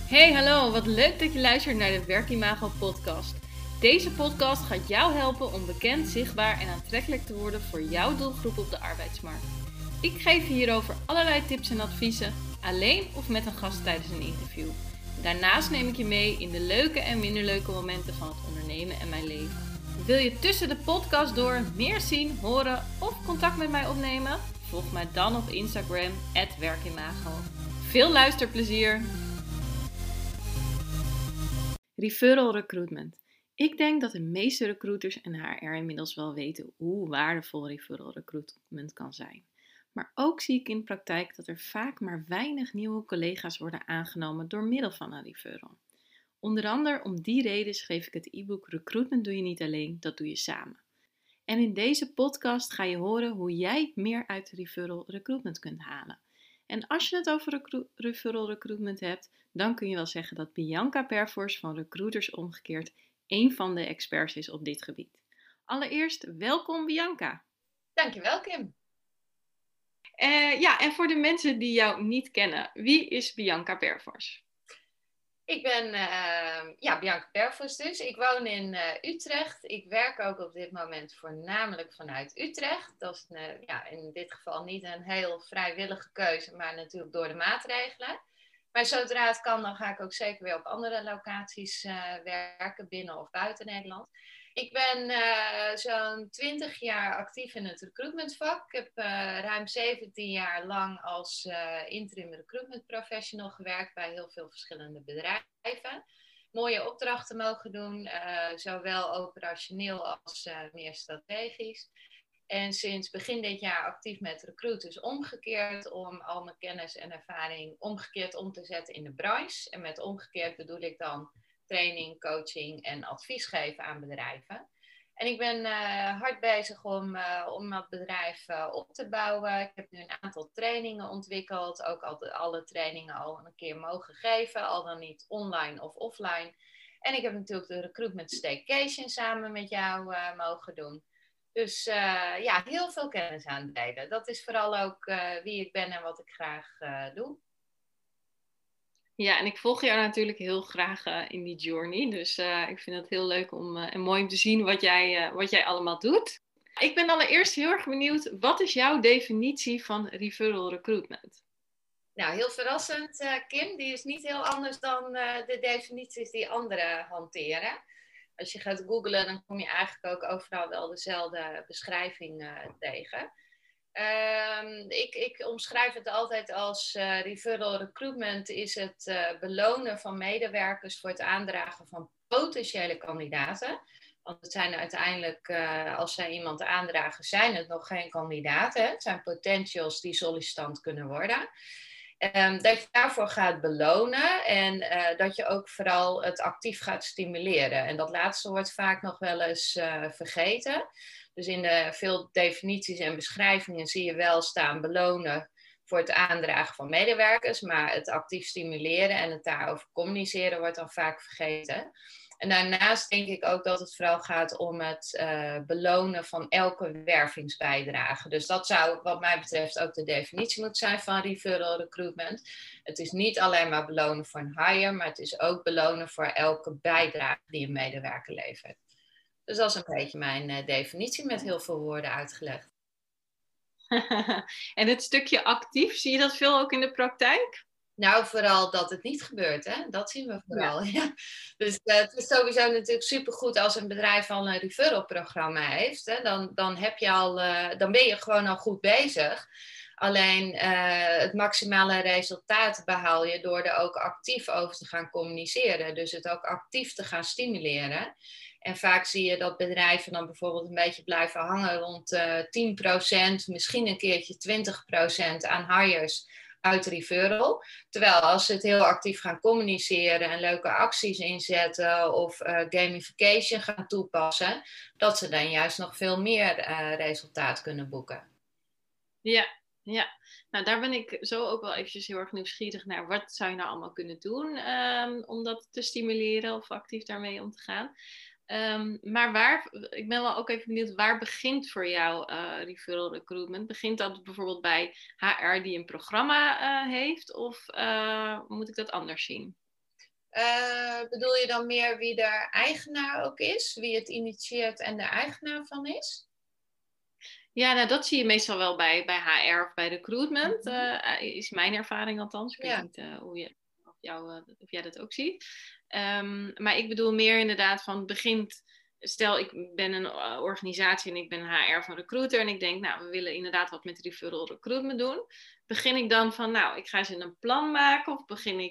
Hey, hallo, wat leuk dat je luistert naar de Werkimago podcast. Deze podcast gaat jou helpen om bekend, zichtbaar en aantrekkelijk te worden voor jouw doelgroep op de arbeidsmarkt. Ik geef je hierover allerlei tips en adviezen, alleen of met een gast tijdens een interview. Daarnaast neem ik je mee in de leuke en minder leuke momenten van het ondernemen en mijn leven. Wil je tussen de podcast door meer zien, horen of contact met mij opnemen? Volg mij dan op Instagram @werkimago. Veel luisterplezier! Referral recruitment. Ik denk dat de meeste recruiters en HR inmiddels wel weten hoe waardevol referral recruitment kan zijn. Maar ook zie ik in de praktijk dat er vaak maar weinig nieuwe collega's worden aangenomen door middel van een referral. Onder andere om die reden schreef ik het e-book Recruitment doe je niet alleen, dat doe je samen. En in deze podcast ga je horen hoe jij meer uit referral recruitment kunt halen. En als je het over referral recruitment hebt, dan kun je wel zeggen dat Bianca Perforce van Recruiters Omgekeerd een van de experts is op dit gebied. Allereerst, welkom Bianca. Dankjewel, Kim. En voor de mensen die jou niet kennen, wie is Bianca Perforce? Ik ben Bianca Perforce dus. Ik woon in Utrecht. Ik werk ook op dit moment voornamelijk vanuit Utrecht. Dat is in dit geval niet een heel vrijwillige keuze, maar natuurlijk door de maatregelen. Maar zodra het kan, dan ga ik ook zeker weer op andere locaties werken, binnen of buiten Nederland. Ik ben zo'n 20 jaar actief in het recruitmentvak. Ik heb ruim 17 jaar lang als interim recruitment professional gewerkt bij heel veel verschillende bedrijven. Mooie opdrachten mogen doen, zowel operationeel als meer strategisch. En sinds begin dit jaar actief met Recruiters Omgekeerd om al mijn kennis en ervaring omgekeerd om te zetten in de branche. En met omgekeerd bedoel ik dan training, coaching en advies geven aan bedrijven. En ik ben hard bezig om het bedrijf op te bouwen. Ik heb nu een aantal trainingen ontwikkeld. Ook alle trainingen al een keer mogen geven. Al dan niet online of offline. En ik heb natuurlijk de Recruitment Staycation samen met jou mogen doen. Dus heel veel kennis aan het delen. Dat is vooral ook wie ik ben en wat ik graag doe. Ja, en ik volg jou natuurlijk heel graag in die journey. Dus ik vind het heel leuk en mooi om te zien wat jij allemaal doet. Ik ben allereerst heel erg benieuwd, wat is jouw definitie van referral recruitment? Nou, heel verrassend, Kim. Die is niet heel anders dan de definities die anderen hanteren. Als je gaat googlen, dan kom je eigenlijk ook overal wel dezelfde beschrijving tegen. Ik omschrijf het altijd als referral recruitment is het belonen van medewerkers voor het aandragen van potentiële kandidaten. Want het zijn uiteindelijk, als zij iemand aandragen, zijn het nog geen kandidaten. Het zijn potentials die sollicitant kunnen worden. Dat je daarvoor gaat belonen en dat je ook vooral het actief gaat stimuleren. En dat laatste wordt vaak nog wel eens vergeten. Dus in veel definities en beschrijvingen zie je wel staan belonen voor het aandragen van medewerkers, maar het actief stimuleren en het daarover communiceren wordt dan vaak vergeten. En daarnaast denk ik ook dat het vooral gaat om het belonen van elke wervingsbijdrage. Dus dat zou wat mij betreft ook de definitie moeten zijn van referral recruitment. Het is niet alleen maar belonen voor een hire, maar het is ook belonen voor elke bijdrage die een medewerker levert. Dus dat is een beetje mijn definitie met heel veel woorden uitgelegd. En het stukje actief, zie je dat veel ook in de praktijk? Nou, vooral dat het niet gebeurt, hè? Dat zien we vooral. Ja. Ja. Dus het is sowieso natuurlijk supergoed als een bedrijf al een referral-programma heeft. Hè? Dan ben je gewoon al goed bezig. Alleen het maximale resultaat behaal je door er ook actief over te gaan communiceren. Dus het ook actief te gaan stimuleren. En vaak zie je dat bedrijven dan bijvoorbeeld een beetje blijven hangen rond 10%, misschien een keertje 20% aan hires uit referral. Terwijl als ze het heel actief gaan communiceren en leuke acties inzetten of gamification gaan toepassen, dat ze dan juist nog veel meer resultaat kunnen boeken. Ja. Nou daar ben ik zo ook wel eventjes heel erg nieuwsgierig naar. Wat zou je nou allemaal kunnen doen om dat te stimuleren of actief daarmee om te gaan? Maar ik ben wel ook even benieuwd, waar begint voor jou referral recruitment? Begint dat bijvoorbeeld bij HR die een programma heeft of moet ik dat anders zien? Bedoel je dan meer wie de eigenaar ook is? Wie het initieert en de eigenaar van is? Ja, nou, dat zie je meestal wel bij HR of bij recruitment. Is mijn ervaring althans. Ik weet Ja. niet of jij dat ook ziet. Maar ik bedoel meer inderdaad van begint. Stel, ik ben een organisatie en ik ben HR van recruiter. En ik denk, nou, we willen inderdaad wat met referral recruitment doen. Begin ik dan van, nou, ik ga eens een plan maken? Of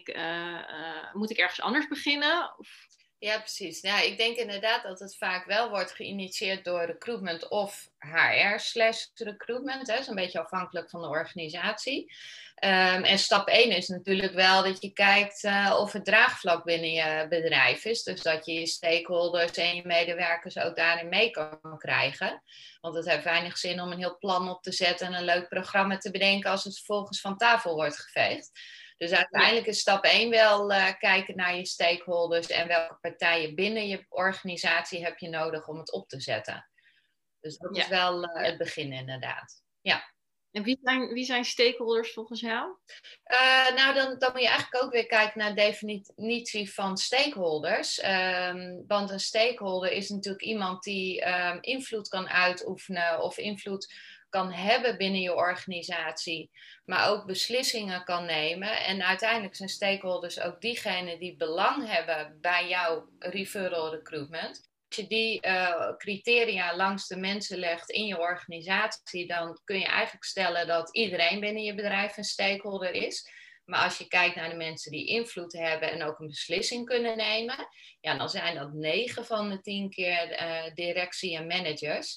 moet ik ergens anders beginnen? Ja, precies. Nou, ik denk inderdaad dat het vaak wel wordt geïnitieerd door recruitment of HR/recruitment. Dat is een beetje afhankelijk van de organisatie. En stap 1 is natuurlijk wel dat je kijkt of het draagvlak binnen je bedrijf is. Dus dat je je stakeholders en je medewerkers ook daarin mee kan krijgen. Want het heeft weinig zin om een heel plan op te zetten en een leuk programma te bedenken als het vervolgens van tafel wordt geveegd. Dus uiteindelijk is stap 1 wel kijken naar je stakeholders en welke partijen binnen je organisatie heb je nodig om het op te zetten. Dus dat is wel het begin inderdaad. Ja. En wie zijn stakeholders volgens jou? Nou, dan moet je eigenlijk ook weer kijken naar de definitie van stakeholders. Want een stakeholder is natuurlijk iemand die invloed kan uitoefenen of invloed kan hebben binnen je organisatie, maar ook beslissingen kan nemen. En uiteindelijk zijn stakeholders ook diegenen die belang hebben bij jouw referral recruitment. Als je die criteria langs de mensen legt in je organisatie, dan kun je eigenlijk stellen dat iedereen binnen je bedrijf een stakeholder is. Maar als je kijkt naar de mensen die invloed hebben en ook een beslissing kunnen nemen, ja, dan zijn dat 9 van de 10 keer directie en managers.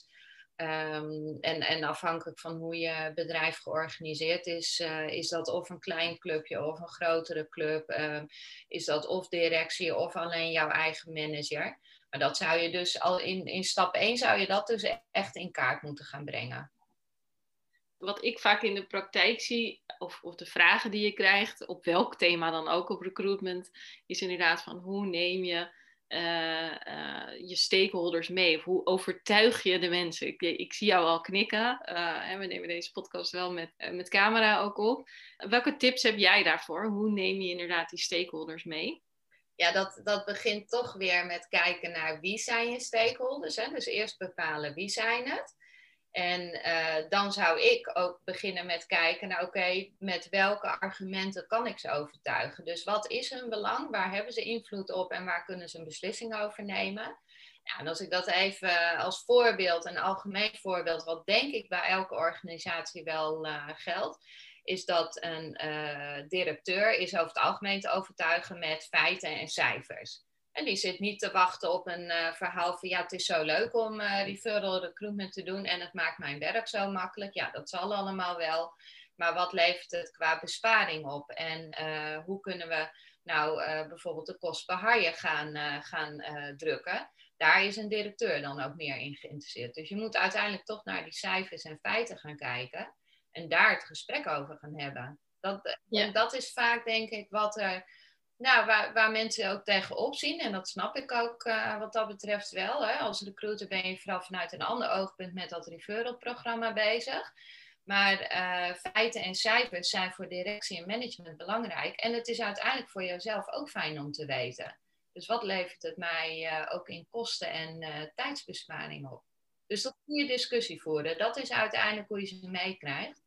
En afhankelijk van hoe je bedrijf georganiseerd is dat of een klein clubje of een grotere club. Is dat of directie of alleen jouw eigen manager. Maar dat zou je dus al in stap 1 zou je dat dus echt in kaart moeten gaan brengen. Wat ik vaak in de praktijk zie, of de vragen die je krijgt, op welk thema dan ook op recruitment, is inderdaad van hoe neem je je stakeholders mee? Of hoe overtuig je de mensen? Ik zie jou al knikken. En we nemen deze podcast wel met camera ook op. Welke tips heb jij daarvoor? Hoe neem je inderdaad die stakeholders mee? Ja, dat begint toch weer met kijken naar wie zijn je stakeholders. Hè? Dus eerst bepalen wie zijn het. En dan zou ik ook beginnen met kijken naar oké, met welke argumenten kan ik ze overtuigen? Dus wat is hun belang? Waar hebben ze invloed op en waar kunnen ze een beslissing over nemen? Ja, en als ik dat even als voorbeeld, een algemeen voorbeeld, wat denk ik bij elke organisatie wel geldt, is dat een directeur is over het algemeen te overtuigen met feiten en cijfers. En die zit niet te wachten op een verhaal van ja, het is zo leuk om referral recruitment te doen en het maakt mijn werk zo makkelijk. Ja, dat zal allemaal wel. Maar wat levert het qua besparing op? En hoe kunnen we nou bijvoorbeeld de kost per hire gaan drukken? Daar is een directeur dan ook meer in geïnteresseerd. Dus je moet uiteindelijk toch naar die cijfers en feiten gaan kijken en daar het gesprek over gaan hebben. Dat is vaak, denk ik, wat er, nou, waar mensen ook tegenop zien. En dat snap ik ook wat dat betreft wel. Hè. Als recruiter ben je vooral vanuit een ander oogpunt met dat referral-programma bezig. Maar feiten en cijfers zijn voor directie en management belangrijk. En het is uiteindelijk voor jezelf ook fijn om te weten. Dus wat levert het mij ook in kosten en tijdsbesparing op? Dus dat kun je discussie voeren. Dat is uiteindelijk hoe je ze meekrijgt.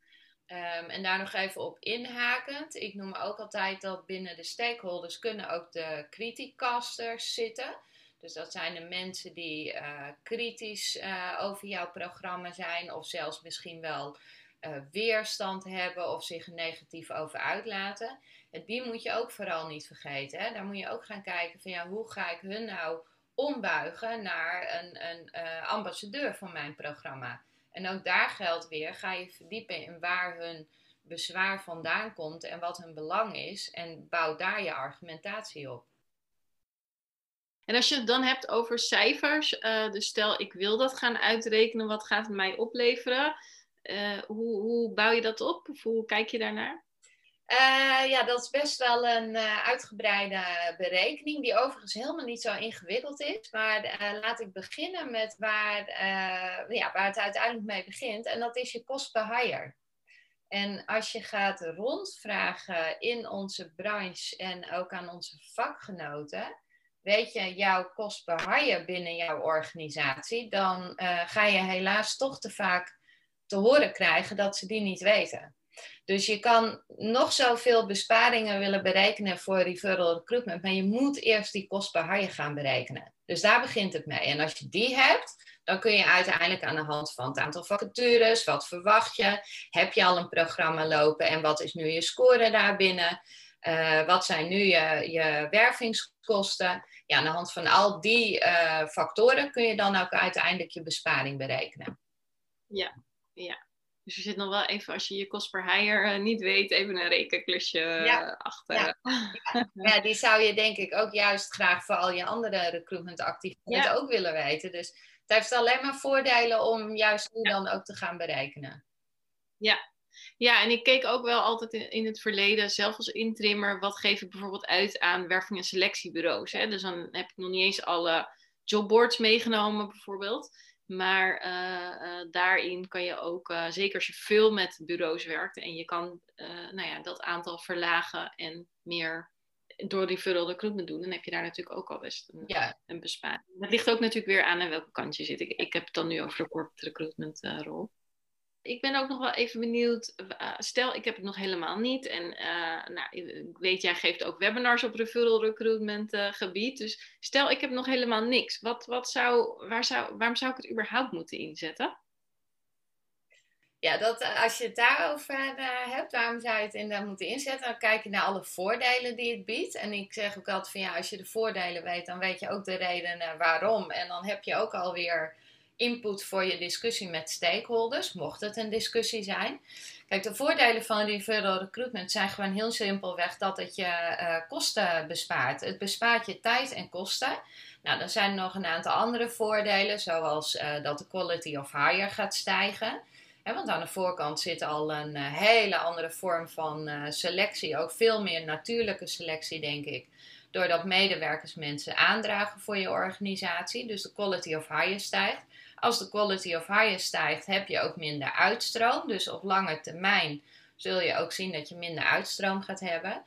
En daar nog even op inhakend. Ik noem ook altijd dat binnen de stakeholders kunnen ook de criticasters zitten. Dus dat zijn de mensen die kritisch over jouw programma zijn. Of zelfs misschien wel weerstand hebben of zich er negatief over uitlaten. En die moet je ook vooral niet vergeten. Hè? Daar moet je ook gaan kijken van ja, hoe ga ik hun nou ombuigen naar een ambassadeur van mijn programma. En ook daar geldt weer, ga je verdiepen in waar hun bezwaar vandaan komt en wat hun belang is. En bouw daar je argumentatie op. En als je het dan hebt over cijfers, dus stel ik wil dat gaan uitrekenen, wat gaat het mij opleveren? Hoe bouw je dat op? Of hoe kijk je daarnaar? Ja, dat is best wel een uitgebreide berekening, die overigens helemaal niet zo ingewikkeld is. Maar laat ik beginnen met waar het uiteindelijk mee begint. En dat is je kost per hire. En als je gaat rondvragen in onze branche en ook aan onze vakgenoten, weet je jouw kost per hire binnen jouw organisatie, dan ga je helaas toch te vaak te horen krijgen dat ze die niet weten. Dus je kan nog zoveel besparingen willen berekenen voor referral recruitment, maar je moet eerst die kost per hire gaan berekenen. Dus daar begint het mee. En als je die hebt, dan kun je uiteindelijk aan de hand van het aantal vacatures, wat verwacht je, heb je al een programma lopen en wat is nu je score daarbinnen, wat zijn nu je wervingskosten. Ja, aan de hand van al die factoren kun je dan ook uiteindelijk je besparing berekenen. Ja. Dus er zit nog wel even, als je je kost per hire niet weet, even een rekenklusje achter. Ja, die zou je denk ik ook juist graag voor al je andere recruitmentactiviteiten ook willen weten. Dus het heeft alleen maar voordelen om juist nu dan ook te gaan berekenen. Ja, en ik keek ook wel altijd in het verleden, zelf als intrimmer, wat geef ik bijvoorbeeld uit aan werving- en selectiebureaus. Hè? Dus dan heb ik nog niet eens alle jobboards meegenomen bijvoorbeeld. Maar daarin kan je ook, zeker als je veel met bureaus werkt en je kan dat aantal verlagen en meer door referral recruitment doen, dan heb je daar natuurlijk ook al best een besparing. Het ligt ook natuurlijk weer aan welke kant je zit. Ik heb het dan nu over de corporate recruitment rol. Ik ben ook nog wel even benieuwd, stel ik heb het nog helemaal niet en ik weet jij geeft ook webinars op referral recruitment gebied, dus stel ik heb nog helemaal niks, waarom zou ik het überhaupt moeten inzetten? Ja, als je het daarover hebt, waarom zou je het inderdaad moeten inzetten? Dan kijk je naar alle voordelen die het biedt. En ik zeg ook altijd van als je de voordelen weet, dan weet je ook de redenen waarom. En dan heb je ook alweer input voor je discussie met stakeholders, mocht het een discussie zijn. Kijk, de voordelen van referral recruitment zijn gewoon heel simpelweg dat het je kosten bespaart. Het bespaart je tijd en kosten. Nou, dan zijn er nog een aantal andere voordelen, zoals dat de quality of hire gaat stijgen. Want aan de voorkant zit al een hele andere vorm van selectie, ook veel meer natuurlijke selectie, denk ik. Doordat medewerkers mensen aandragen voor je organisatie, dus de quality of hire stijgt. Als de quality of hire stijgt, heb je ook minder uitstroom. Dus op lange termijn zul je ook zien dat je minder uitstroom gaat hebben.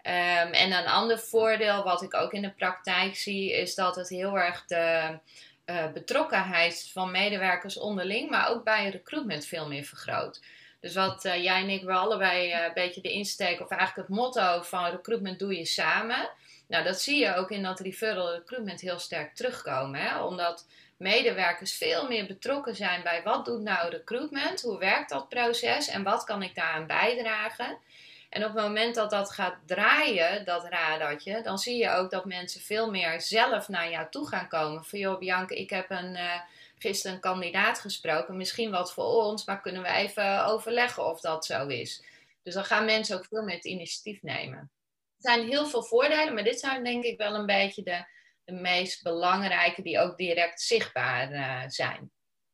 En een ander voordeel wat ik ook in de praktijk zie, is dat het heel erg de betrokkenheid van medewerkers onderling, maar ook bij recruitment veel meer vergroot. Dus wat jij en ik wel allebei een beetje de insteek, of eigenlijk het motto van recruitment doe je samen. Nou, dat zie je ook in dat referral recruitment heel sterk terugkomen. Hè? Omdat medewerkers veel meer betrokken zijn bij wat doet nou recruitment, hoe werkt dat proces en wat kan ik daaraan bijdragen. En op het moment dat dat gaat draaien, dat radartje, dan zie je ook dat mensen veel meer zelf naar jou toe gaan komen. Van joh, Bianca, ik heb gisteren een kandidaat gesproken, misschien wat voor ons, maar kunnen we even overleggen of dat zo is. Dus dan gaan mensen ook veel meer het initiatief nemen. Er zijn heel veel voordelen, maar dit zijn denk ik wel een beetje de meest belangrijke die ook direct zichtbaar zijn.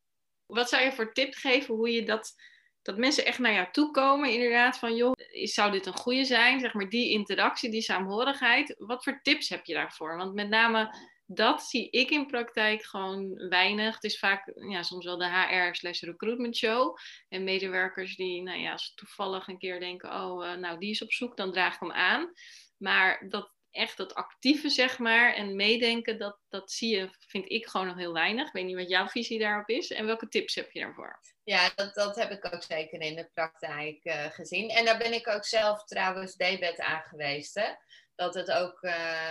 Wat zou je voor tip geven hoe je dat mensen echt naar jou toe komen, inderdaad, van joh, zou dit een goede zijn? Zeg maar die interactie, die saamhorigheid. Wat voor tips heb je daarvoor? Want met name dat zie ik in praktijk gewoon weinig. Het is vaak soms wel de HR/recruitment show. En medewerkers die, als ze toevallig een keer denken, die is op zoek, dan draag ik hem aan. Maar dat actieve, zeg maar, en meedenken, dat zie je, vind ik gewoon nog heel weinig. Ik weet niet wat jouw visie daarop is. En welke tips heb je daarvoor? Ja, dat heb ik ook zeker in de praktijk gezien. En daar ben ik ook zelf trouwens debet aan geweest. Hè? Dat het ook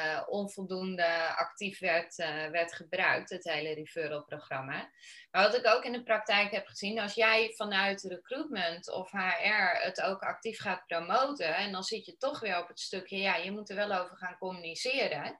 onvoldoende actief werd gebruikt, het hele referral-programma. Maar wat ik ook in de praktijk heb gezien, als jij vanuit recruitment of HR het ook actief gaat promoten, en dan zit je toch weer op het stukje, je moet er wel over gaan communiceren,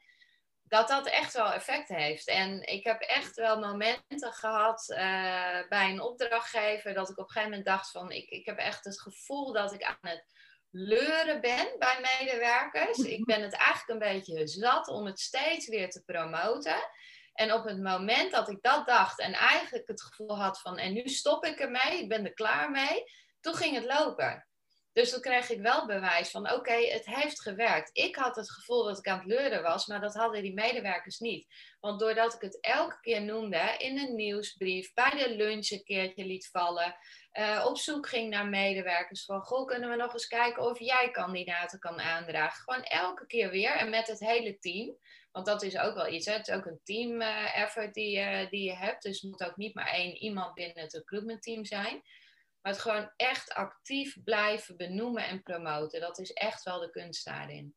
dat echt wel effect heeft. En ik heb echt wel momenten gehad bij een opdrachtgever dat ik op een gegeven moment dacht van, ik heb echt het gevoel dat ik aan het leuren ben bij medewerkers. Ik ben het eigenlijk een beetje zat om het steeds weer te promoten. En op het moment dat ik dat dacht en eigenlijk het gevoel had van, en nu stop ik ermee, ik ben er klaar mee, toen ging het lopen. Dus toen kreeg ik wel bewijs van, oké, het heeft gewerkt. Ik had het gevoel dat ik aan het leuren was, maar dat hadden die medewerkers niet. Want doordat ik het elke keer noemde, in een nieuwsbrief, bij de lunch een keertje liet vallen, op zoek ging naar medewerkers van, goh, kunnen we nog eens kijken of jij kandidaten kan aandragen. Gewoon elke keer weer en met het hele team. Want dat is ook wel iets, hè? Het is ook een team effort die je hebt. Dus het moet ook niet maar één iemand binnen het recruitment team zijn. Maar het gewoon echt actief blijven benoemen en promoten. Dat is echt wel de kunst daarin.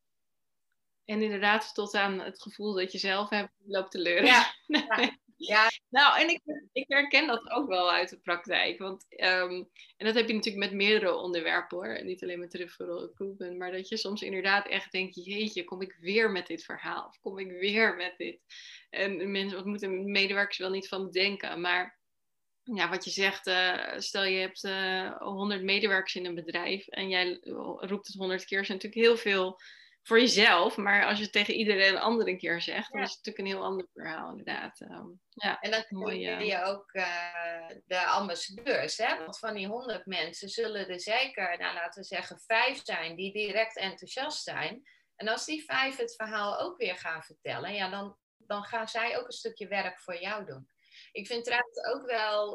En inderdaad tot aan het gevoel dat je zelf hebt, loopt te leuren. Ja, ja, ja. Nou, en ik herken dat ook wel uit de praktijk. Want, en dat heb je natuurlijk met meerdere onderwerpen hoor. Niet alleen met referral recruitment. Maar dat je soms inderdaad echt denkt, jeetje, kom ik weer met dit verhaal? Of kom ik weer met dit? En mensen, wat moeten medewerkers wel niet van denken? Maar ja, wat je zegt, stel je hebt 100 medewerkers in een bedrijf en jij roept het 100 keer, is natuurlijk heel veel voor jezelf. Maar als je het tegen iedereen een andere keer zegt, dan is het natuurlijk een heel ander verhaal, inderdaad. Ja, En dan mooi. creëer je ook de ambassadeurs. Hè? Want van die 100 mensen zullen er zeker, nou, laten we zeggen, 5 zijn die direct enthousiast zijn. En als die 5 het verhaal ook weer gaan vertellen, ja, dan gaan zij ook een stukje werk voor jou doen. Ik vind trouwens ook wel,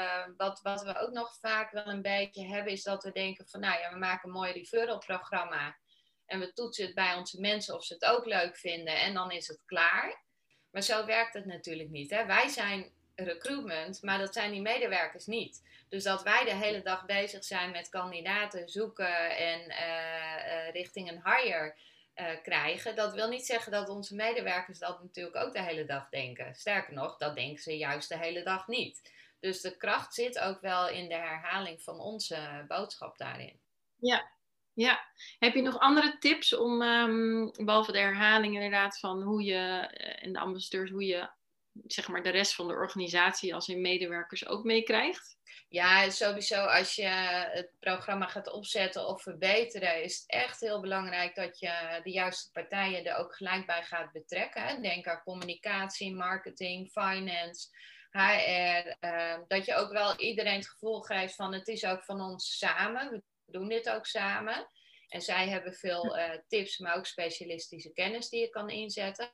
wat we ook nog vaak wel een beetje hebben, is dat we denken van, nou ja, we maken een mooi referral programma. En we toetsen het bij onze mensen of ze het ook leuk vinden en dan is het klaar. Maar zo werkt het natuurlijk niet. Hè? Wij zijn recruitment, maar dat zijn die medewerkers niet. Dus dat wij de hele dag bezig zijn met kandidaten zoeken en richting een hire krijgen, dat wil niet zeggen dat onze medewerkers dat natuurlijk ook de hele dag denken. Sterker nog, dat denken ze juist de hele dag niet. Dus de kracht zit ook wel in de herhaling van onze boodschap daarin. Ja, ja. Heb je nog andere tips om, behalve de herhaling inderdaad, van hoe je, en de ambassadeurs, hoe je zeg maar de rest van de organisatie als in medewerkers ook meekrijgt? Ja, sowieso als je het programma gaat opzetten of verbeteren, is het echt heel belangrijk dat je de juiste partijen er ook gelijk bij gaat betrekken. Hè. Denk aan communicatie, marketing, finance, HR. Dat je ook wel iedereen het gevoel geeft van het is ook van ons samen. We doen dit ook samen. En zij hebben veel tips, maar ook specialistische kennis die je kan inzetten.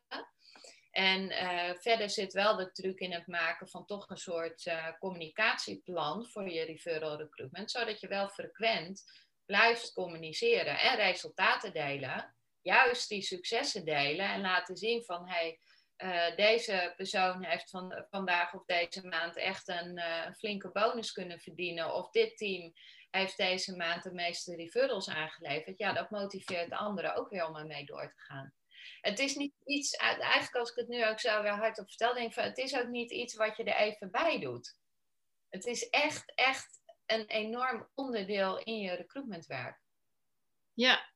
En verder zit wel de truc in het maken van toch een soort communicatieplan voor je referral recruitment, zodat je wel frequent blijft communiceren en resultaten delen. Juist die successen delen en laten zien van hey, deze persoon heeft vandaag of deze maand echt een flinke bonus kunnen verdienen. Of dit team heeft deze maand de meeste referrals aangeleverd. Ja, dat motiveert de anderen ook weer om ermee door te gaan. Het is niet iets, eigenlijk als ik het nu ook zo weer hardop vertel, denk ik van het is ook niet iets wat je er even bij doet. Het is echt een enorm onderdeel in je recruitmentwerk. Ja.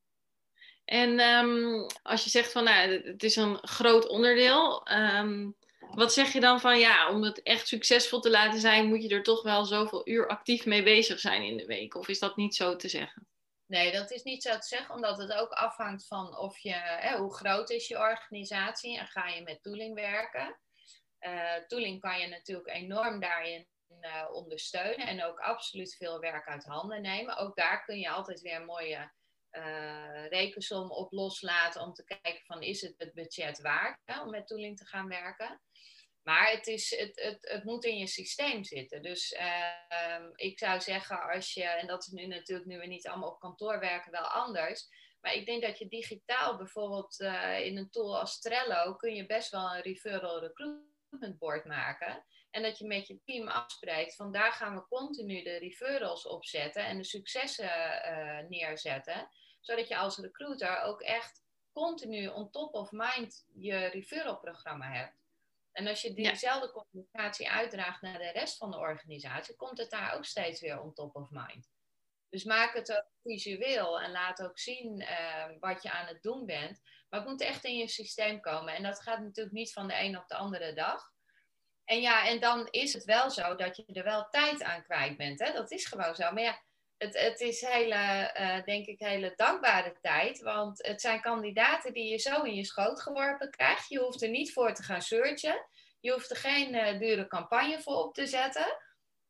En als je zegt van nou, het is een groot onderdeel, wat zeg je dan van ja, om het echt succesvol te laten zijn, moet je er toch wel zoveel uur actief mee bezig zijn in de week? Of is dat niet zo te zeggen? Nee, dat is niet zo te zeggen, omdat het ook afhangt van of hoe groot is je organisatie en ga je met tooling werken. Tooling kan je natuurlijk enorm daarin ondersteunen en ook absoluut veel werk uit handen nemen. Ook daar kun je altijd weer een mooie rekensom op loslaten om te kijken van is het budget waard om met tooling te gaan werken. Maar het moet in je systeem zitten. Dus ik zou zeggen, als je, en dat is nu natuurlijk, nu we niet allemaal op kantoor werken, wel anders. Maar ik denk dat je digitaal bijvoorbeeld in een tool als Trello kun je best wel een referral recruitment board maken. En dat je met je team afspreekt van daar gaan we continu de referrals opzetten en de successen neerzetten. Zodat je als recruiter ook echt continu on top of mind je referral programma hebt. En als je diezelfde communicatie uitdraagt naar de rest van de organisatie, komt het daar ook steeds weer on top of mind. Dus maak het ook visueel en laat ook zien wat je aan het doen bent. Maar het moet echt in je systeem komen. En dat gaat natuurlijk niet van de een op de andere dag. En ja, en dan is het wel zo dat je er wel tijd aan kwijt bent. Hè? Dat is gewoon zo. Maar ja, het is denk ik, hele dankbare tijd. Want het zijn kandidaten die je zo in je schoot geworpen krijgt. Je hoeft er niet voor te gaan searchen. Je hoeft er geen dure campagne voor op te zetten.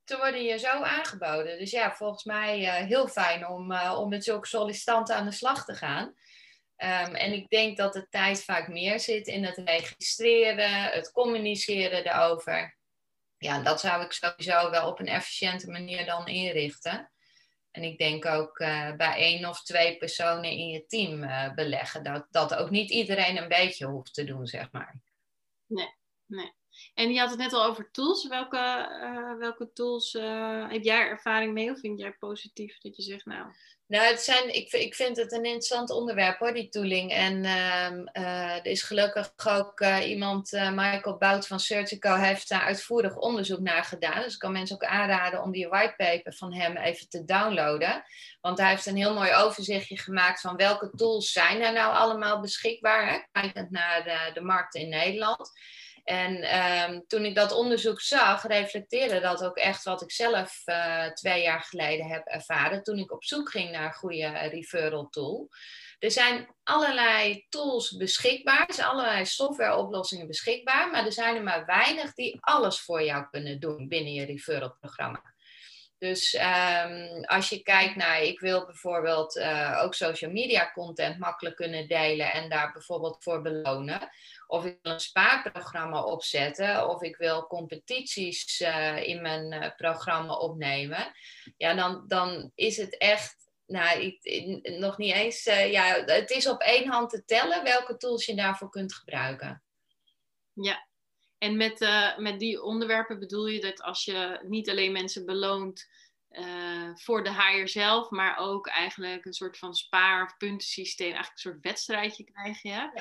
Ze worden je zo aangeboden. Dus ja, volgens mij heel fijn om met zulke sollicitanten aan de slag te gaan. En ik denk dat de tijd vaak meer zit in het registreren, het communiceren erover. Ja, dat zou ik sowieso wel op een efficiënte manier dan inrichten. En ik denk ook bij 1 of 2 personen in je team beleggen. Dat ook niet iedereen een beetje hoeft te doen, zeg maar. Nee, nee. En je had het net al over tools. Welke tools heb jij ervaring mee? Of vind jij positief dat je zegt, nou... Nou, ik vind het een interessant onderwerp hoor, die tooling. En er is gelukkig ook iemand, Michael Bout van Certico, heeft daar uitvoerig onderzoek naar gedaan. Dus ik kan mensen ook aanraden om die whitepaper van hem even te downloaden. Want hij heeft een heel mooi overzichtje gemaakt van welke tools zijn er nou allemaal beschikbaar. Hè? Kijkend naar de markt in Nederland. En toen ik dat onderzoek zag, reflecteerde dat ook echt wat ik zelf 2 jaar geleden heb ervaren. Toen ik op zoek ging naar een goede referral tool. Er zijn allerlei tools beschikbaar. Er zijn allerlei softwareoplossingen beschikbaar. Maar er zijn er maar weinig die alles voor jou kunnen doen binnen je referral programma. Dus als je kijkt naar, ik wil bijvoorbeeld ook social media content makkelijk kunnen delen en daar bijvoorbeeld voor belonen. Of ik wil een spaarprogramma opzetten, of ik wil competities in mijn programma opnemen. Ja, dan is het echt, nou, nog niet eens, ja, het is op 1 hand te tellen welke tools je daarvoor kunt gebruiken. Ja, en met die onderwerpen bedoel je dat als je niet alleen mensen beloont voor de hire zelf, maar ook eigenlijk een soort van spaar- of puntensysteem, eigenlijk een soort wedstrijdje krijg je. Ja.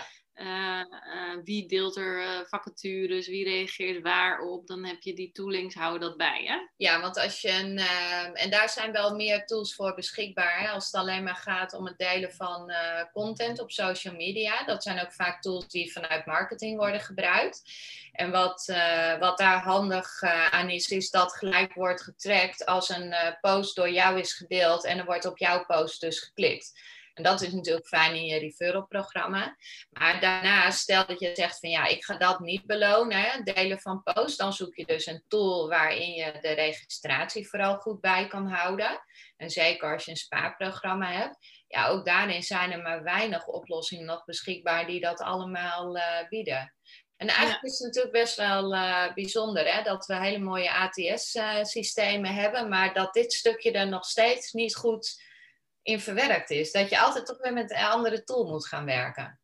Wie deelt er vacatures, wie reageert waarop, dan heb je die toolings, hou dat bij, hè? Ja, want als je en daar zijn wel meer tools voor beschikbaar. Hè? Als het alleen maar gaat om het delen van content op social media. Dat zijn ook vaak tools die vanuit marketing worden gebruikt. En wat daar handig aan is dat gelijk wordt getrackt als een post door jou is gedeeld en er wordt op jouw post dus geklikt. En dat is natuurlijk fijn in je referral programma. Maar daarnaast, stel dat je zegt van ja, ik ga dat niet belonen, hè, delen van posts. Dan zoek je dus een tool waarin je de registratie vooral goed bij kan houden. En zeker als je een spaarprogramma hebt. Ja, ook daarin zijn er maar weinig oplossingen nog beschikbaar die dat allemaal bieden. En eigenlijk is het natuurlijk best wel bijzonder hè, dat we hele mooie ATS-systemen hebben, maar dat dit stukje er nog steeds niet goed in verwerkt is. Dat je altijd toch weer met een andere tool moet gaan werken.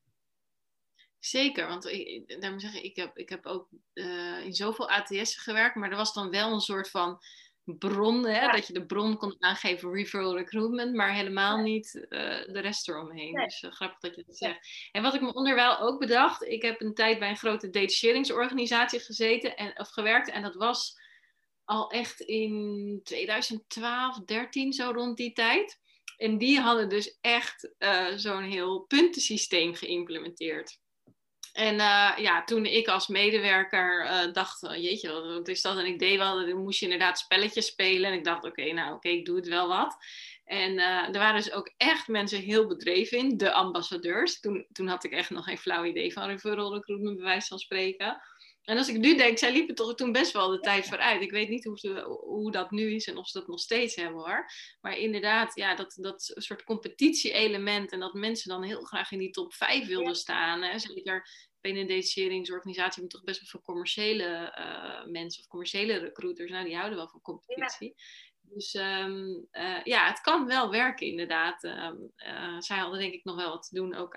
Zeker, want daarom zeggen, ik heb ook in zoveel ATS'en gewerkt, maar er was dan wel een soort van bron, hè, dat je de bron kon aangeven, referral recruitment, maar helemaal niet de rest eromheen. Nee. Dus grappig dat je dat zegt. En wat ik me onderwijl ook bedacht, ik heb een tijd bij een grote detacheringsorganisatie gezeten of gewerkt en dat was al echt in 2012, 13, zo rond die tijd. En die hadden dus echt zo'n heel puntensysteem geïmplementeerd. En ja, toen ik als medewerker dacht, jeetje, wat is dat? En ik deed wel, dan moest je inderdaad spelletjes spelen. En ik dacht, oké, ik doe het wel wat. En er waren dus ook echt mensen heel bedreven in, de ambassadeurs. Toen had ik echt nog geen flauw idee van referral recruitment, bij wijze van spreken. En als ik nu denk, zij liepen toch toen best wel de tijd vooruit. Ik weet niet hoe dat nu is en of ze dat nog steeds hebben hoor. Maar inderdaad, ja, dat soort competitie-element en dat mensen dan heel graag in die top 5 wilden staan. Hè. Zeker binnen een detacheringsorganisatie hebben toch best wel veel commerciële mensen of commerciële recruiters. Nou, die houden wel van competitie. Ja. Dus ja, het kan wel werken inderdaad. Zij hadden denk ik nog wel wat te doen ook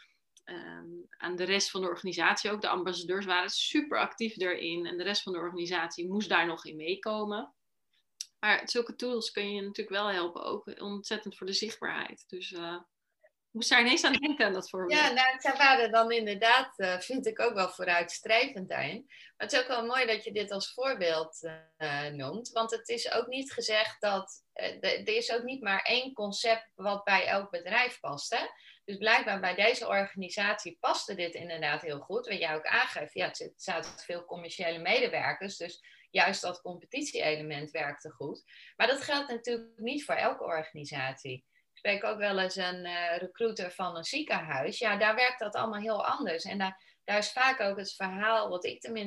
aan de rest van de organisatie ook. De ambassadeurs waren super actief erin en de rest van de organisatie moest daar nog in meekomen. Maar zulke tools kun je natuurlijk wel helpen, ook ontzettend voor de zichtbaarheid. Dus ik moest daar ineens aan denken aan dat voorbeeld. Ja, nou, zij waren dan inderdaad, vind ik ook wel vooruitstrevend daarin. Maar het is ook wel mooi dat je dit als voorbeeld noemt. Want het is ook niet gezegd dat, er is ook niet maar één concept wat bij elk bedrijf past. Hè? Dus blijkbaar bij deze organisatie paste dit inderdaad heel goed. Wat jij ook aangeeft, ja, er zaten veel commerciële medewerkers. Dus juist dat competitie-element werkte goed. Maar dat geldt natuurlijk niet voor elke organisatie. Ik spreek ook wel eens een recruiter van een ziekenhuis. Ja, daar werkt dat allemaal heel anders. En daar is vaak ook het verhaal, wat ik tenminste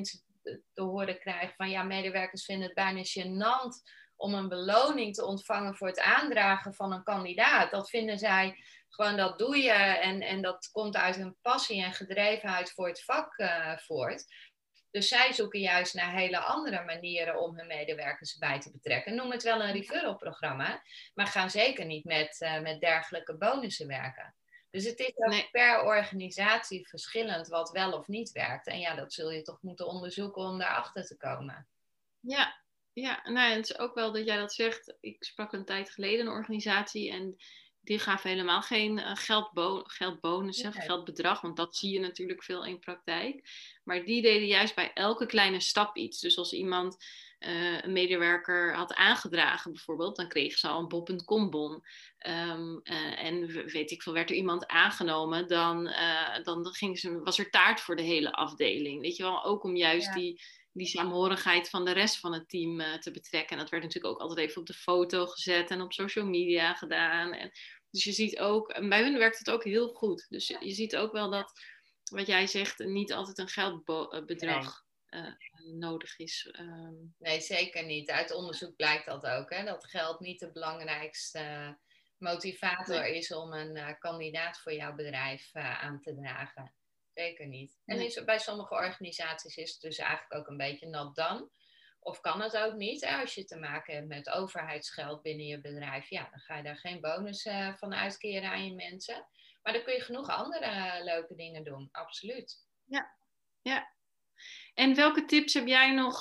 te horen krijg van ja, medewerkers vinden het bijna gênant om een beloning te ontvangen voor het aandragen van een kandidaat. Dat vinden zij gewoon, dat doe je en dat komt uit hun passie en gedrevenheid voor het vak voort. Dus zij zoeken juist naar hele andere manieren om hun medewerkers bij te betrekken. Noem het wel een referral programma, maar gaan zeker niet met dergelijke bonussen werken. Dus het is ook per organisatie verschillend wat wel of niet werkt. En ja, dat zul je toch moeten onderzoeken om daarachter te komen. Ja, nou, het is ook wel dat jij dat zegt. Ik sprak een tijd geleden een organisatie en die gaven helemaal geen geldbonussen, Okay. geldbedrag, want dat zie je natuurlijk veel in praktijk. Maar die deden juist bij elke kleine stap iets. Dus als iemand een medewerker had aangedragen bijvoorbeeld, dan kreeg ze al een bol.com bon. En weet ik veel, werd er iemand aangenomen, dan was er taart voor de hele afdeling. Weet je wel, ook om juist die saamhorigheid van de rest van het team te betrekken. En dat werd natuurlijk ook altijd even op de foto gezet en op social media gedaan. Dus je ziet ook, bij hun werkt het ook heel goed. Dus je ziet ook wel dat, wat jij zegt, niet altijd een geldbedrag nodig is. Nee, zeker niet. Uit onderzoek blijkt dat ook. Hè? Dat geld niet de belangrijkste motivator is om een kandidaat voor jouw bedrijf aan te dragen. Zeker niet. En bij sommige organisaties is het dus eigenlijk ook een beetje not done. Of kan het ook niet. Hè? Als je te maken hebt met overheidsgeld binnen je bedrijf, ja, dan ga je daar geen bonus van uitkeren aan je mensen. Maar dan kun je genoeg andere leuke dingen doen. Absoluut. Ja. En welke tips heb jij nog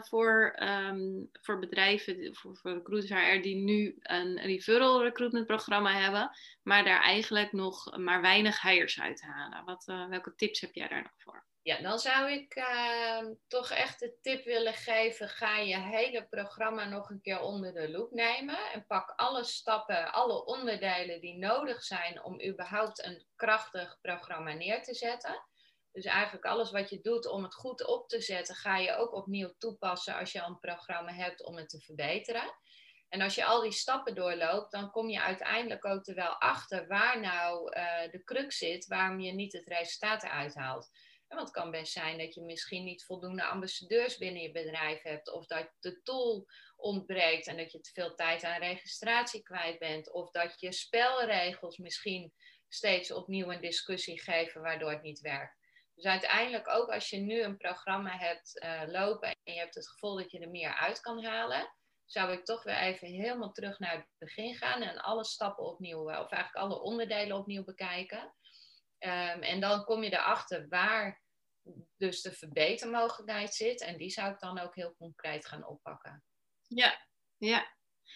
voor bedrijven, voor recruiters HR die nu een referral recruitment programma hebben, maar daar eigenlijk nog maar weinig hires uithalen? Welke tips heb jij daar nog voor? Ja, dan zou ik toch echt de tip willen geven, ga je hele programma nog een keer onder de loep nemen en pak alle stappen, alle onderdelen die nodig zijn om überhaupt een krachtig programma neer te zetten. Dus eigenlijk alles wat je doet om het goed op te zetten, ga je ook opnieuw toepassen als je al een programma hebt om het te verbeteren. En als je al die stappen doorloopt, dan kom je uiteindelijk ook er wel achter waar nou de crux zit, waarom je niet het resultaat eruit haalt. Want het kan best zijn dat je misschien niet voldoende ambassadeurs binnen je bedrijf hebt, of dat de tool ontbreekt en dat je te veel tijd aan registratie kwijt bent, of dat je spelregels misschien steeds opnieuw een discussie geven waardoor het niet werkt. Dus uiteindelijk ook als je nu een programma hebt lopen en je hebt het gevoel dat je er meer uit kan halen, zou ik toch weer even helemaal terug naar het begin gaan en alle stappen opnieuw, of eigenlijk alle onderdelen opnieuw bekijken. En dan kom je erachter waar dus de verbetermogelijkheid zit. En die zou ik dan ook heel concreet gaan oppakken. Ja.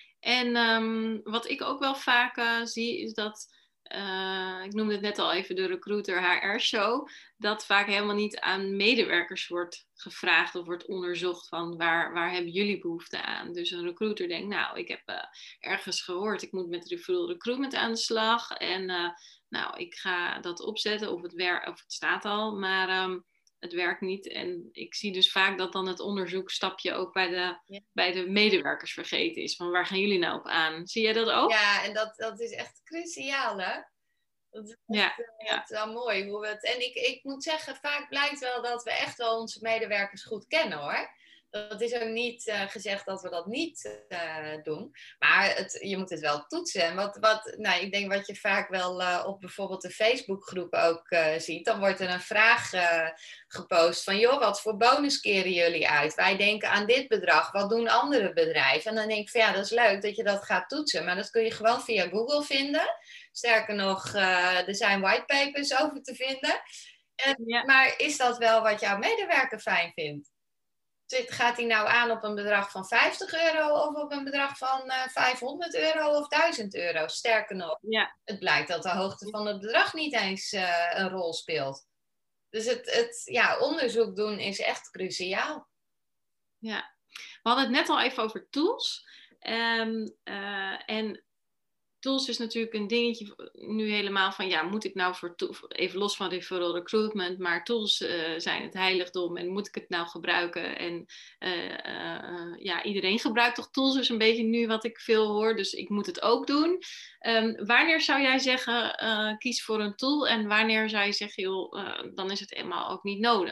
En wat ik ook wel vaak zie is dat, ik noemde het net al even de recruiter HR-show, dat vaak helemaal niet aan medewerkers wordt gevraagd of wordt onderzocht van waar hebben jullie behoefte aan. Dus een recruiter denkt, nou, ik heb ergens gehoord, ik moet met referral recruitment aan de slag en nou, ik ga dat opzetten of het staat al, maar het werkt niet. En ik zie dus vaak dat dan het onderzoekstapje ook bij de medewerkers vergeten is. Van waar gaan jullie nou op aan? Zie jij dat ook? Ja, en dat is echt cruciaal, hè? Dat is echt wel mooi. Hoe we het... En ik moet zeggen, vaak blijkt wel dat we echt wel onze medewerkers goed kennen, hoor. Dat is ook niet gezegd dat we dat niet doen. Maar je moet het wel toetsen. Nou, ik denk wat je vaak wel op bijvoorbeeld de Facebookgroep ook ziet. Dan wordt er een vraag gepost van, joh, wat voor bonus keren jullie uit? Wij denken aan dit bedrag. Wat doen andere bedrijven? En dan denk ik van, ja, dat is leuk dat je dat gaat toetsen. Maar dat kun je gewoon via Google vinden. Sterker nog, er zijn whitepapers over te vinden. Maar is dat wel wat jouw medewerker fijn vindt? Gaat hij nou aan op een bedrag van €50 of op een bedrag van €500 of €1000? Sterker nog, het blijkt dat de hoogte van het bedrag niet eens een rol speelt. Dus het onderzoek doen is echt cruciaal. Ja, we hadden het net al even over tools. En tools is natuurlijk een dingetje nu helemaal van, ja, moet ik nou even los van referral recruitment, maar tools zijn het heiligdom en moet ik het nou gebruiken? En iedereen gebruikt toch tools, is een beetje nu wat ik veel hoor, dus ik moet het ook doen. Wanneer zou jij zeggen, kies voor een tool en wanneer zou je zeggen, joh, dan is het eenmaal ook niet nodig?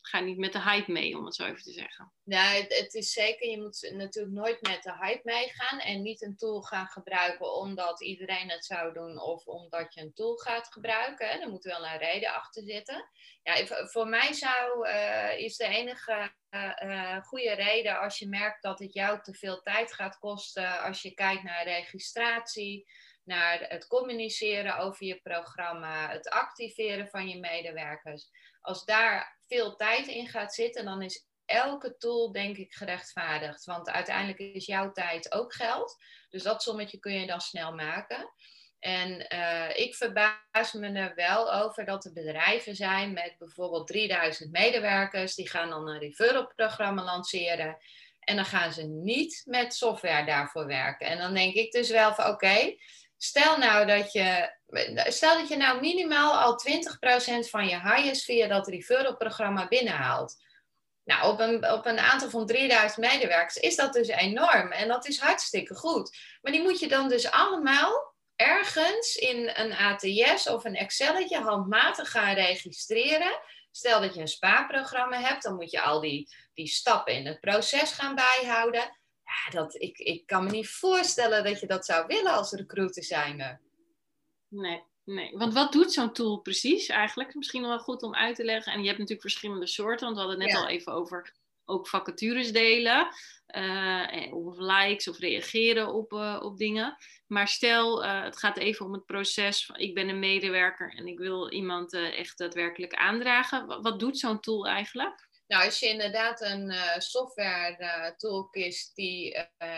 Ga niet met de hype mee, om het zo even te zeggen. Nou, het is zeker, je moet natuurlijk nooit met de hype meegaan en niet een tool gaan gebruiken omdat iedereen het zou doen of omdat je een tool gaat gebruiken. Hè. Er moet wel een reden achter zitten. Ja, voor mij is de enige goede reden als je merkt dat het jou te veel tijd gaat kosten, als je kijkt naar registratie, naar het communiceren over je programma, het activeren van je medewerkers. Als daar veel tijd in gaat zitten, dan is elke tool denk ik gerechtvaardigd. Want uiteindelijk is jouw tijd ook geld. Dus dat sommetje kun je dan snel maken. En ik verbaas me er wel over dat er bedrijven zijn met bijvoorbeeld 3000 medewerkers. Die gaan dan een referral-programma lanceren. En dan gaan ze niet met software daarvoor werken. En dan denk ik dus wel van oké, stel dat je nou minimaal al 20% van je hires via dat referral-programma binnenhaalt. Nou, op een aantal van 3000 medewerkers is dat dus enorm. En dat is hartstikke goed. Maar die moet je dan dus allemaal ergens in een ATS of een Excelletje handmatig gaan registreren. Stel dat je een spaarprogramma hebt, dan moet je al die stappen in het proces gaan bijhouden. Ja, ik kan me niet voorstellen dat je dat zou willen als recruiter zijnde. Nee, want wat doet zo'n tool precies eigenlijk? Misschien wel goed om uit te leggen. En je hebt natuurlijk verschillende soorten, want we hadden het net al even over ook vacatures delen. Of likes of reageren op dingen. Maar stel, het gaat even om het proces van ik ben een medewerker en ik wil iemand echt daadwerkelijk aandragen. Wat doet zo'n tool eigenlijk? Nou, als je inderdaad een software tool kiest die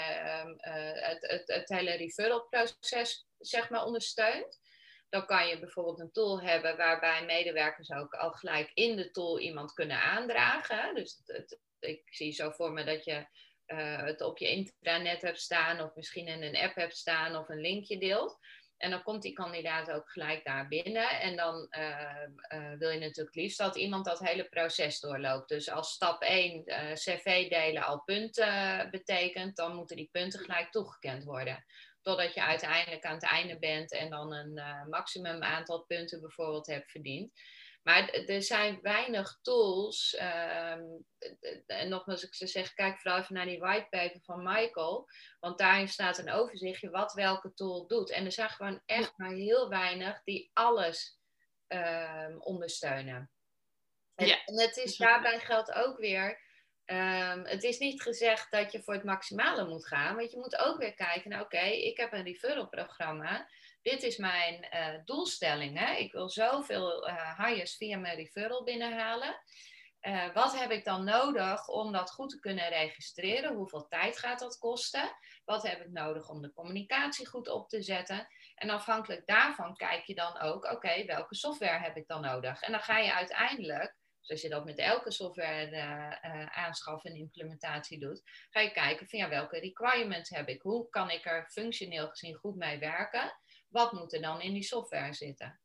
het hele referral proces zeg maar ondersteunt, dan kan je bijvoorbeeld een tool hebben waarbij medewerkers ook al gelijk in de tool iemand kunnen aandragen. Dus ik zie zo voor me dat je het op je intranet hebt staan of misschien in een app hebt staan of een linkje deelt. En dan komt die kandidaat ook gelijk daar binnen. En dan wil je natuurlijk liefst dat iemand dat hele proces doorloopt. Dus als stap 1 cv delen al punten betekent, dan moeten die punten gelijk toegekend worden. Totdat je uiteindelijk aan het einde bent en dan een maximum aantal punten bijvoorbeeld hebt verdiend. Maar er zijn weinig tools. En nogmaals, ik zou zeggen, kijk vooral even naar die whitepaper van Michael. Want daarin staat een overzichtje wat welke tool doet. En er zijn gewoon echt maar heel weinig die alles ondersteunen. En het is daarbij geldt ook weer. Het is niet gezegd dat je voor het maximale moet gaan. Want je moet ook weer kijken, nou oké, ik heb een referral programma. Dit is mijn doelstelling. Hè? Ik wil zoveel hires via mijn referral binnenhalen. Wat heb ik dan nodig om dat goed te kunnen registreren? Hoeveel tijd gaat dat kosten? Wat heb ik nodig om de communicatie goed op te zetten? En afhankelijk daarvan kijk je dan ook, oké, welke software heb ik dan nodig? En dan ga je uiteindelijk, zoals je dat met elke software aanschaf en implementatie doet, ga je kijken van ja, welke requirements heb ik? Hoe kan ik er functioneel gezien goed mee werken? Wat moet er dan in die software zitten?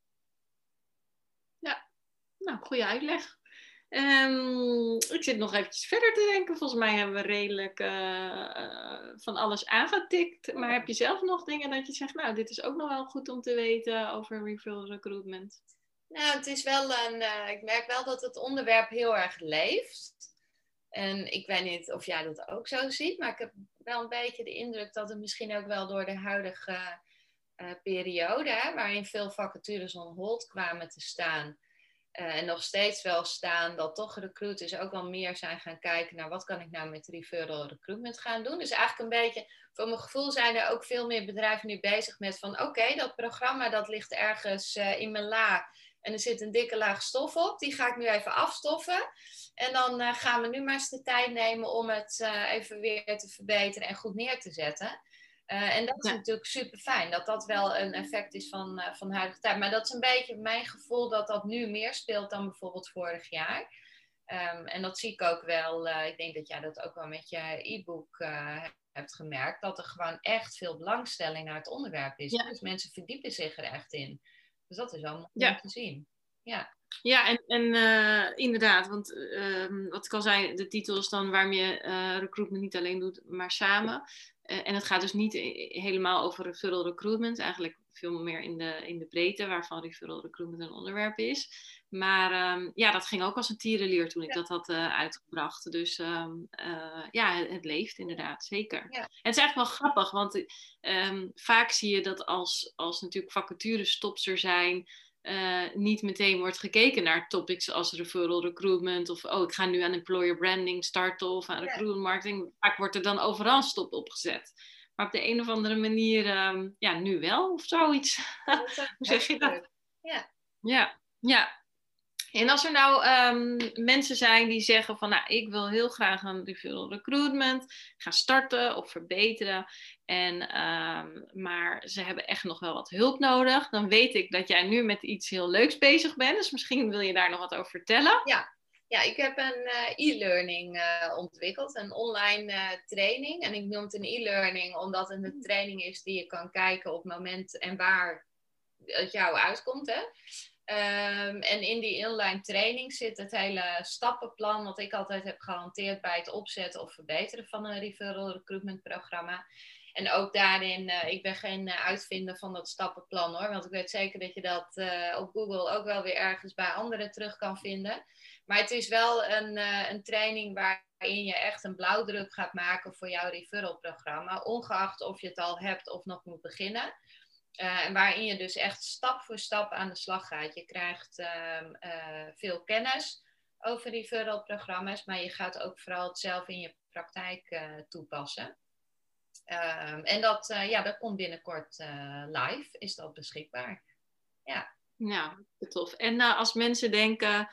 Ja, nou, goede uitleg. Ik zit nog eventjes verder te denken. Volgens mij hebben we redelijk van alles aangetikt. Maar heb je zelf nog dingen dat je zegt, nou, dit is ook nog wel goed om te weten over referral recruitment? Nou, het is wel ik merk wel dat het onderwerp heel erg leeft. En ik weet niet of jij dat ook zo ziet, maar ik heb wel een beetje de indruk dat het misschien ook wel door de huidige periode, hè, waarin veel vacatures on hold kwamen te staan, en nog steeds wel staan, dat toch recruiters ook wel meer zijn gaan kijken naar wat kan ik nou met referral recruitment gaan doen. Dus eigenlijk een beetje, voor mijn gevoel zijn er ook veel meer bedrijven nu bezig met van oké, dat programma dat ligt ergens in mijn la en er zit een dikke laag stof op. Die ga ik nu even afstoffen. En dan gaan we nu maar eens de tijd nemen om het even weer te verbeteren en goed neer te zetten. En dat is natuurlijk super fijn, dat dat wel een effect is van de huidige tijd. Maar dat is een beetje mijn gevoel dat dat nu meer speelt dan bijvoorbeeld vorig jaar. En dat zie ik ook wel, ik denk dat jij dat ook wel met je e-book hebt gemerkt, dat er gewoon echt veel belangstelling naar het onderwerp is. Ja. Dus mensen verdiepen zich er echt in. Dus dat is wel mooi om te zien. Ja. Ja, en inderdaad, want wat ik al zei, de titel is dan waarom je recruitment niet alleen doet, maar samen. En het gaat dus niet helemaal over referral recruitment. Eigenlijk veel meer in de breedte, waarvan referral recruitment een onderwerp is. Maar dat ging ook als een tierenlier toen ik dat had uitgebracht. Dus het leeft inderdaad, zeker. Ja. En het is eigenlijk wel grappig, want vaak zie je dat als natuurlijk vacatures er zijn, niet meteen wordt gekeken naar topics als referral recruitment of ik ga nu aan employer branding starten of aan recruitment marketing. Vaak wordt er dan overal een stop opgezet. Maar op de een of andere manier, nu wel of zoiets. Hoe zeg je dat? Ja. En als er nou mensen zijn die zeggen van, ik wil heel graag een referral recruitment gaan starten of verbeteren. Maar ze hebben echt nog wel wat hulp nodig. Dan weet ik dat jij nu met iets heel leuks bezig bent. Dus misschien wil je daar nog wat over vertellen. Ja, ik heb een e-learning ontwikkeld, een online training. En ik noem het een e-learning omdat het een training is die je kan kijken op het moment en waar het jou uitkomt. Hè? En in die online training zit het hele stappenplan wat ik altijd heb gehanteerd bij het opzetten of verbeteren van een referral recruitment programma. En ook daarin, ik ben geen uitvinder van dat stappenplan hoor, want ik weet zeker dat je dat op Google ook wel weer ergens bij anderen terug kan vinden. Maar het is wel een training waarin je echt een blauwdruk gaat maken voor jouw referral programma, ongeacht of je het al hebt of nog moet beginnen. En waarin je dus echt stap voor stap aan de slag gaat. Je krijgt veel kennis over referral programma's, maar je gaat ook vooral het zelf in je praktijk toepassen. En dat komt binnenkort live, is dat beschikbaar. Ja. Nou, tof. En als mensen denken,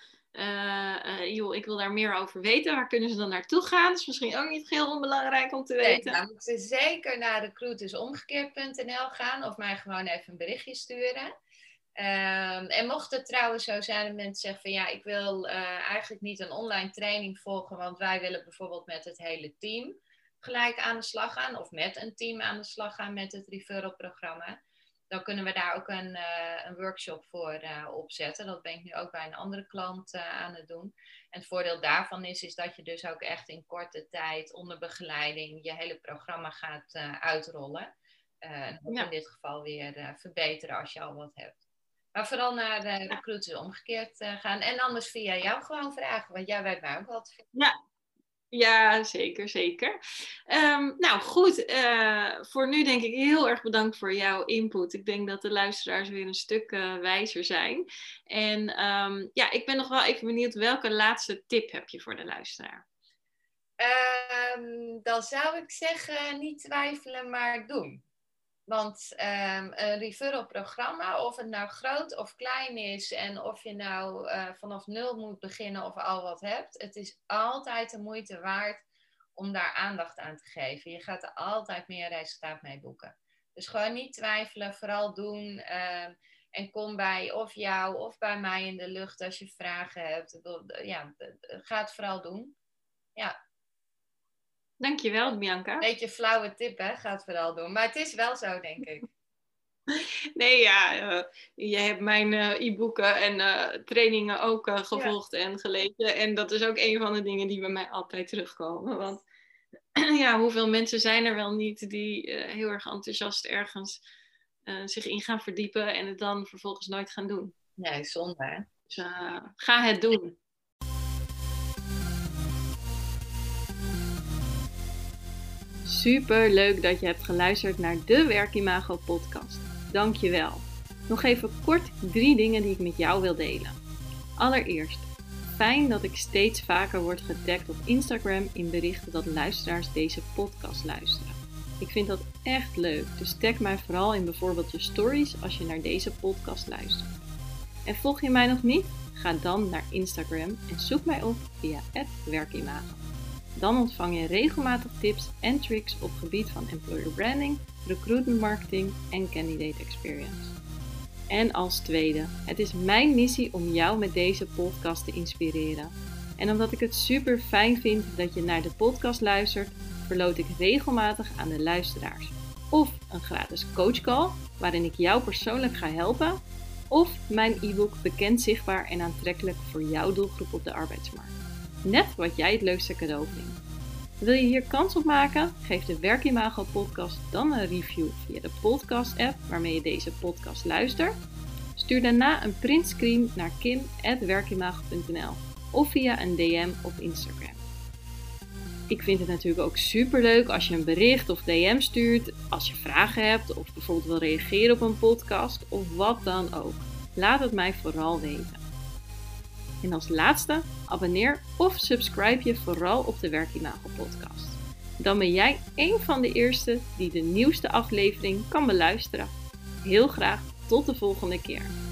ik wil daar meer over weten, waar kunnen ze dan naartoe gaan? Dat is misschien ook niet heel onbelangrijk om te weten. Dan moeten ze zeker naar recruitersomgekeerd.nl gaan of mij gewoon even een berichtje sturen. En mocht het trouwens zo zijn dat mensen zeggen van ik wil eigenlijk niet een online training volgen, want wij willen bijvoorbeeld met het hele team gelijk aan de slag gaan of met een team aan de slag gaan met het referral programma. Dan kunnen we daar ook een workshop voor opzetten. Dat ben ik nu ook bij een andere klant aan het doen. En het voordeel daarvan is dat je dus ook echt in korte tijd onder begeleiding je hele programma gaat uitrollen. En ook in dit geval weer verbeteren als je al wat hebt. Maar vooral naar recruiters omgekeerd gaan. En anders via jou gewoon vragen, want jij weet mij ook wat te vinden. Ja, zeker, zeker. Nou goed, voor nu denk ik heel erg bedankt voor jouw input. Ik denk dat de luisteraars weer een stuk wijzer zijn. En ik ben nog wel even benieuwd, welke laatste tip heb je voor de luisteraar? Dan zou ik zeggen, niet twijfelen, maar doen. Want een referral programma, of het nou groot of klein is en of je nou vanaf 0 moet beginnen of al wat hebt, het is altijd de moeite waard om daar aandacht aan te geven. Je gaat er altijd meer resultaat mee boeken. Dus gewoon niet twijfelen, vooral doen. En kom bij of jou of bij mij in de lucht als je vragen hebt. Ga het vooral doen. Ja. Dankjewel, Bianca. Beetje flauwe tip, hè? Ga het vooral doen. Maar het is wel zo, denk ik. Nee, je hebt mijn e-boeken en trainingen ook gevolgd en gelezen. En dat is ook een van de dingen die bij mij altijd terugkomen. Want hoeveel mensen zijn er wel niet die heel erg enthousiast ergens zich in gaan verdiepen en het dan vervolgens nooit gaan doen. Nee, zonde, hè? Dus ga het doen. Super leuk dat je hebt geluisterd naar de Werkimago podcast. Dank je wel. Nog even kort 3 dingen die ik met jou wil delen. Allereerst, fijn dat ik steeds vaker word getagd op Instagram in berichten dat luisteraars deze podcast luisteren. Ik vind dat echt leuk, dus tag mij vooral in bijvoorbeeld je stories als je naar deze podcast luistert. En volg je mij nog niet? Ga dan naar Instagram en zoek mij op via @werkimago. Dan ontvang je regelmatig tips en tricks op gebied van employer branding, recruitment marketing en candidate experience. En als tweede, het is mijn missie om jou met deze podcast te inspireren. En omdat ik het super fijn vind dat je naar de podcast luistert, verloot ik regelmatig aan de luisteraars of een gratis coachcall waarin ik jou persoonlijk ga helpen, of mijn e-book Bekend, Zichtbaar en Aantrekkelijk voor jouw doelgroep op de arbeidsmarkt. Net wat jij het leukste cadeau vindt. Wil je hier kans op maken? Geef de Werkimago podcast dan een review via de podcast app waarmee je deze podcast luistert. Stuur daarna een printscreen naar kim@werkimago.nl of via een DM op Instagram. Ik vind het natuurlijk ook superleuk als je een bericht of DM stuurt, als je vragen hebt of bijvoorbeeld wil reageren op een podcast of wat dan ook. Laat het mij vooral weten. En als laatste, abonneer of subscribe je vooral op de Werkimago podcast. Dan ben jij een van de eerste die de nieuwste aflevering kan beluisteren. Heel graag tot de volgende keer.